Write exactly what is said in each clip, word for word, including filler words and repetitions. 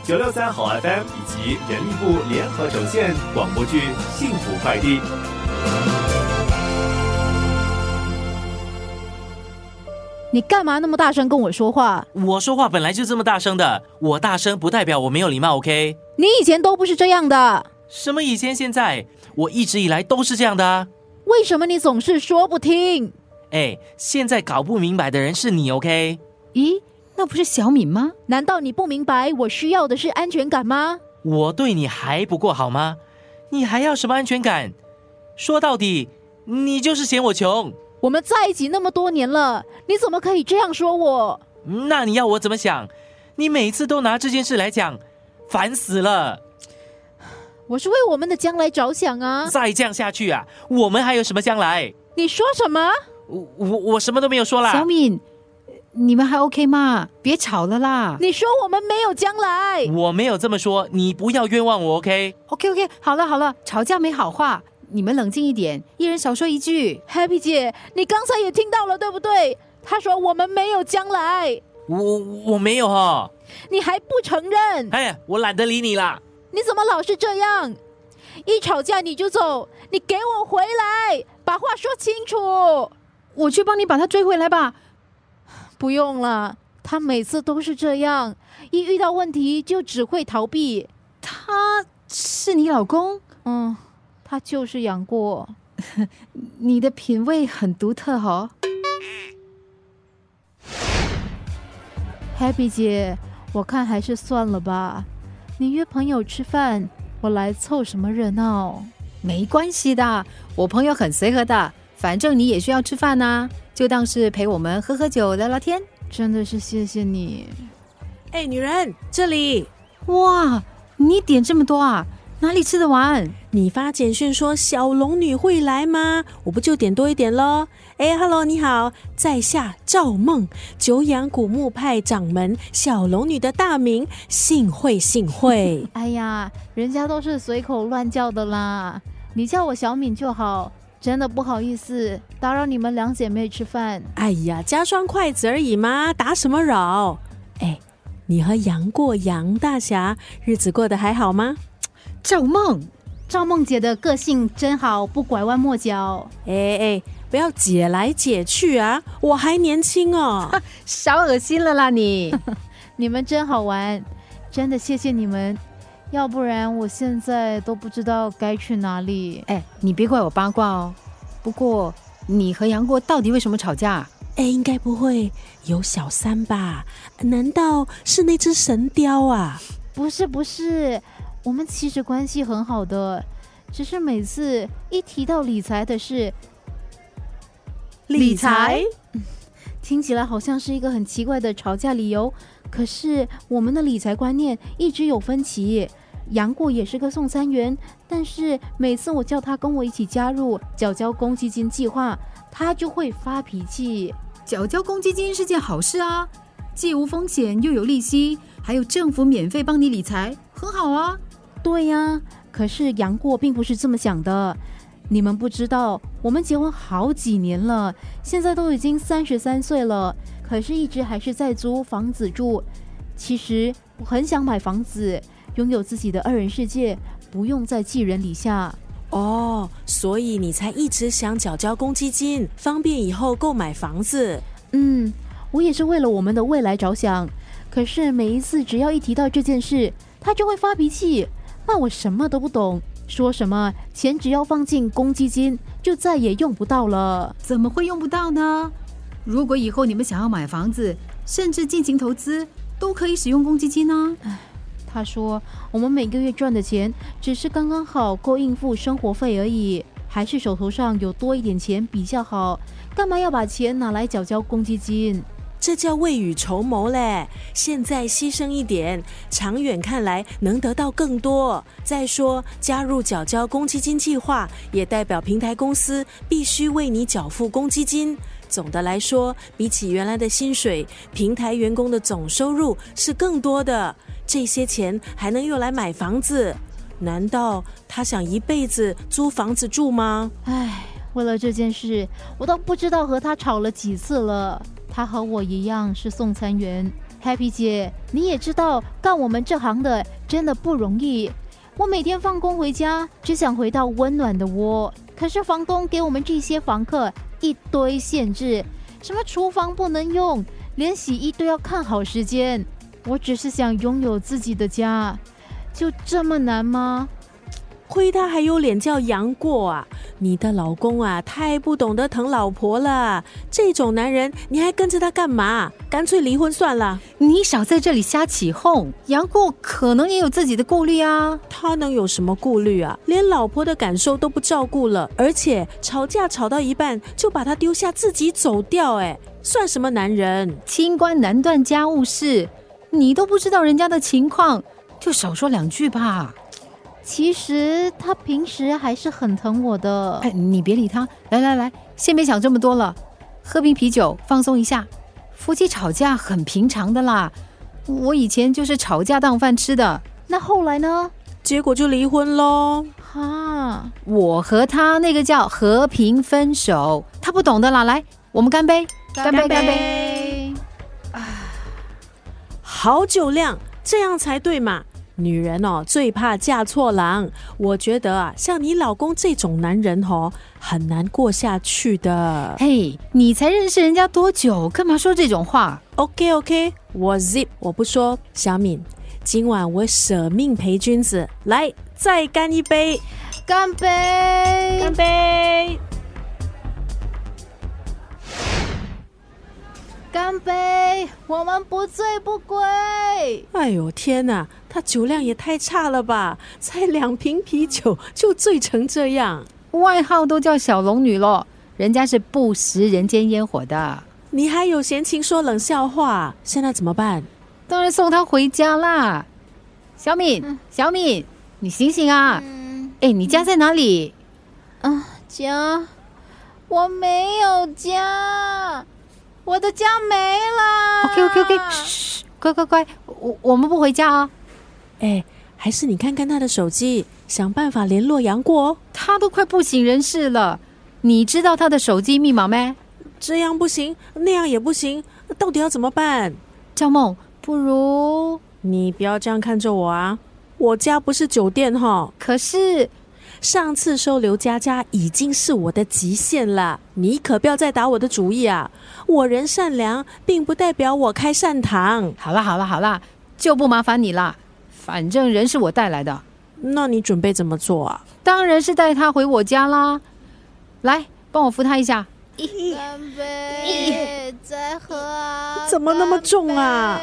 九六三好 F M 以及人力部联合呈现广播剧《幸福快递》。 你干嘛那么大声跟我说话？ 我说话本来就这么大声的，我大声不代表我没有礼貌 ，OK？ 你以前都不是这样的。 什么以前现在？我一直以来都是这样的啊。 为什么你总是说不听？ 哎，现在搞不明白的人是你 ，OK？ 咦，那不是小敏吗？ 难道你不明白我需要的是安全感吗？ 我对你还不够好吗？你还要什么安全感？说到底，你就是嫌我穷。 我们在一起那么多年了，你怎么可以这样说我？ 那你要我怎么想？你每次都拿这件事来讲，烦死了。 我是为我们的将来着想啊！ 再这样下去啊，我们还有什么将来？ 你说什么？ 我我我什么都没有说啦。 小敏，你们还 OK 吗？别吵了啦。 你说我们没有将来？ 我没有这么说，你不要冤枉我 ，OK？ OK OK， 好了好了，吵架没好话，你们冷静一点，一人少说一句。 Happy 姐，你刚才也听到了对不对？她说我们没有将来。 我我没有哈。 你还不承认？ 哎呀，我懒得理你啦。 你怎么老是这样？一吵架你就走，你给我回来，把话说清楚。 我去帮你把他追回来吧。 不用了，他每次都是这样，一遇到问题就只会逃避。 他是你老公？ 嗯，他就是杨过。 你的品味很独特哦。 Happy 姐，我看还是算了吧。你约朋友吃饭，我来凑什么热闹？ 没关系的，我朋友很随和的，反正你也需要吃饭啊，就当是陪我们喝喝酒聊聊天。 真的是谢谢你。 哎，女人，这里。 哇，你点这么多啊，哪里吃得完？ 你发简讯说小龙女会来吗？我不就点多一点咯。哎 ，Hello， 你好，在下赵梦，久仰古墓派掌门小龙女的大名，幸会幸会。 哎呀，人家都是随口乱叫的啦，你叫我小敏就好。真的不好意思，打扰你们两姐妹吃饭。 哎呀，加双筷子而已嘛，打什么扰？哎，你和杨过杨大侠日子过得还好吗？ 赵梦， 赵梦姐的个性真好，不拐弯抹角。 哎哎，不要解来解去啊，我还年轻哦。 少恶心了啦你。 你们真好玩，真的谢谢你们，要不然我现在都不知道该去哪里。 哎，你别怪我八卦哦。不过你和杨过到底为什么吵架？ 哎，应该不会有小三吧？难道是那只神雕啊？ 不是不是，我们其实关系很好的，只是每次一提到理财的事， 理财、 嗯、听起来好像是一个很奇怪的吵架理由，可是我们的理财观念一直有分歧。杨过也是个送餐员，但是每次我叫他跟我一起加入缴交公积金计划，他就会发脾气。 缴交公积金是件好事啊，既无风险又有利息，还有政府免费帮你理财，很好啊。 对呀，可是杨过并不是这么想的。你们不知道，我们结婚好几年了，现在都已经三十三岁了，可是一直还是在租房子住。其实我很想买房子，拥有自己的二人世界，不用再寄人篱下。 哦，所以你才一直想缴交公积金，方便以后购买房子。 嗯，我也是为了我们的未来着想。可是每一次只要一提到这件事，他就会发脾气，骂我什么都不懂，说什么钱只要放进公积金就再也用不到了。 怎么会用不到呢？如果以后你们想要买房子，甚至进行投资，都可以使用公积金呢。 他说我们每个月赚的钱只是刚刚好够应付生活费而已，还是手头上有多一点钱比较好，干嘛要把钱拿来缴交公积金？ 这叫未雨绸缪嘞，现在牺牲一点，长远看来能得到更多。再说加入缴交公积金计划，也代表平台公司必须为你缴付公积金。总的来说，比起原来的薪水，平台员工的总收入是更多的，这些钱还能用来买房子。难道他想一辈子租房子住吗？ 唉，为了这件事，我都不知道和他吵了几次了。他和我一样是送餐员， Happy 姐，你也知道，干我们这行的真的不容易。我每天放工回家，只想回到温暖的窝。可是房东给我们这些房客一堆限制，什么厨房不能用，连洗衣都要看好时间。我只是想拥有自己的家，就这么难吗？ 亏他还有脸叫杨过啊！你的老公啊，太不懂得疼老婆了。这种男人，你还跟着他干嘛？干脆离婚算了。 你少在这里瞎起哄。杨过可能也有自己的顾虑啊。 他能有什么顾虑啊？连老婆的感受都不照顾了，而且吵架吵到一半就把他丢下自己走掉，哎，算什么男人？ 清官难断家务事，你都不知道人家的情况，就少说两句吧。 其实他平时还是很疼我的。 哎，你别理他，来来来，先别想这么多了，喝瓶啤酒放松一下。夫妻吵架很平常的啦，我以前就是吵架当饭吃的。 那后来呢？ 结果就离婚咯。 哈， 我和他那个叫和平分手，他不懂的啦。来，我们干杯，干杯，干杯！ 好酒量，这样才对嘛。女人哦，最怕嫁错郎。我觉得啊，像你老公这种男人哦，很难过下去的。 嘿，你才认识人家多久，干嘛说这种话 ？OK OK， 我 zip， 我不说。小敏，今晚我舍命陪君子，来，再干一杯， 干杯， 干杯！ 干杯！我们不醉不归。 哎呦天哪，他酒量也太差了吧！才两瓶啤酒就醉成这样， 外号都叫小龙女咯，人家是不食人间烟火的。 你还有闲情说冷笑话，现在怎么办？ 当然送他回家啦。小敏，嗯、小敏，你醒醒啊！嗯、哎，你家在哪里？ 啊，家？我没有家。我的家没了。 OK OK OK， 嘘，乖乖乖，我我们不回家啊。 哎，还是你看看他的手机，想办法联络杨过。 他都快不省人事了，你知道他的手机密码没？ 这样不行，那样也不行，到底要怎么办？ 赵梦，不如你不要这样看着我啊！我家不是酒店哈。 可是上次收留佳佳已经是我的极限了，你可不要再打我的主意啊！我人善良，并不代表我开善堂。 好啦好啦好啦，就不麻烦你啦，反正人是我带来的。 那你准备怎么做啊？ 当然是带他回我家啦。来，帮我扶他一下。 干杯！再喝啊！ 怎么那么重啊？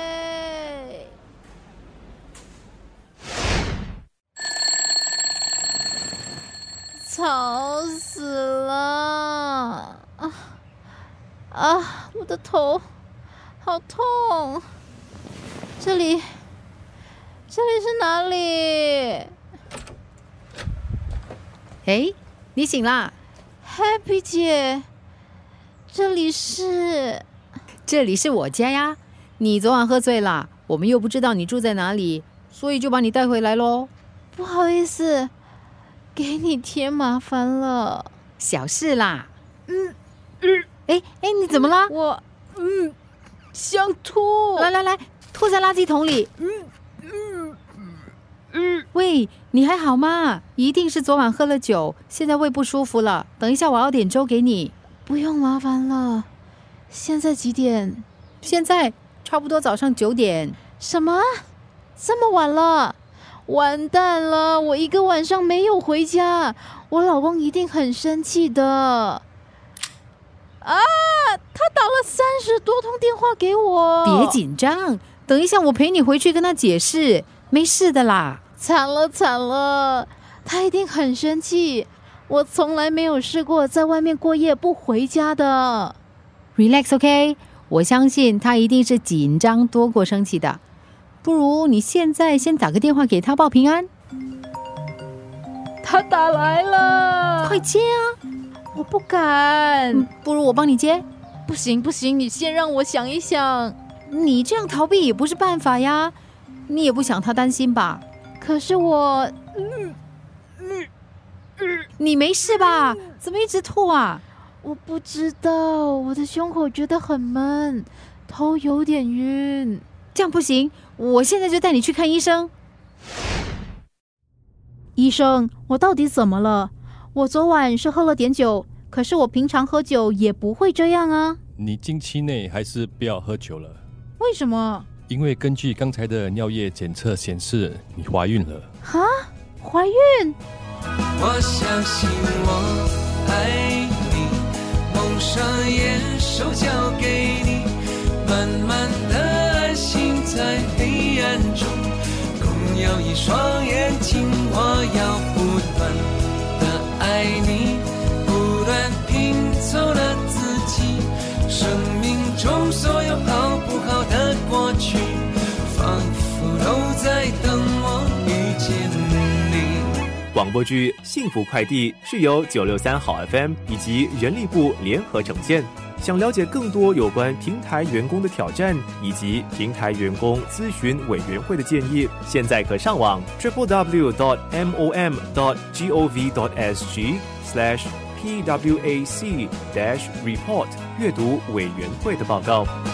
吵死了！啊啊！我的头好痛！这里，这里是哪里？ 哎，你醒啦 ，Happy 姐，这里是…… 这里是我家呀。你昨晚喝醉了，我们又不知道你住在哪里，所以就把你带回来咯。 不好意思。给你添麻烦了， 小事啦。 嗯嗯， 哎哎，你怎么啦？ 我嗯想吐。 来来来，吐在垃圾桶里。 嗯嗯嗯。 喂，你还好吗？一定是昨晚喝了酒，现在胃不舒服了。等一下我要点粥给你。 不用麻烦了。现在几点？ 现在差不多早上九点。 什么？这么晚了？完蛋了！我一个晚上没有回家，我老公一定很生气的。啊！他打了三十多通电话给我。 别紧张，等一下我陪你回去跟他解释，没事的啦。 惨了惨了，他一定很生气。我从来没有试过在外面过夜不回家的。 Relax OK， 我相信他一定是紧张多过生气的。不如你现在先打个电话给他报平安。 他打来了， 快接啊！ 我不敢、嗯、 不如我帮你接。 不行不行，你先让我想一想。 你这样逃避也不是办法呀，你也不想他担心吧？ 可是我嗯嗯嗯，你没事吧、嗯、怎么一直吐啊？ 我不知道，我的胸口觉得很闷，头有点晕。 这样不行，我现在就带你去看医生。 医生，我到底怎么了？我昨晚是喝了点酒，可是我平常喝酒也不会这样啊。 你经期内还是不要喝酒了。 为什么？ 因为根据刚才的尿液检测显示，你怀孕了。 哈？怀孕？ 我相信我爱你，蒙上眼手交给你，慢慢的安心在黑暗中，共有一双眼睛，我要不断的爱你，不断拼凑了自己，生命中所有好不好的过去，仿佛都在等我遇见你。 广播剧《幸福快递》是由九六三好 F M 以及人力部联合呈现。想了解更多有关平台员工的挑战以及平台员工咨询委员会的建议，现在可上网 triple w dot mom dot gov dot sg slash pwac dash report 阅读委员会的报告。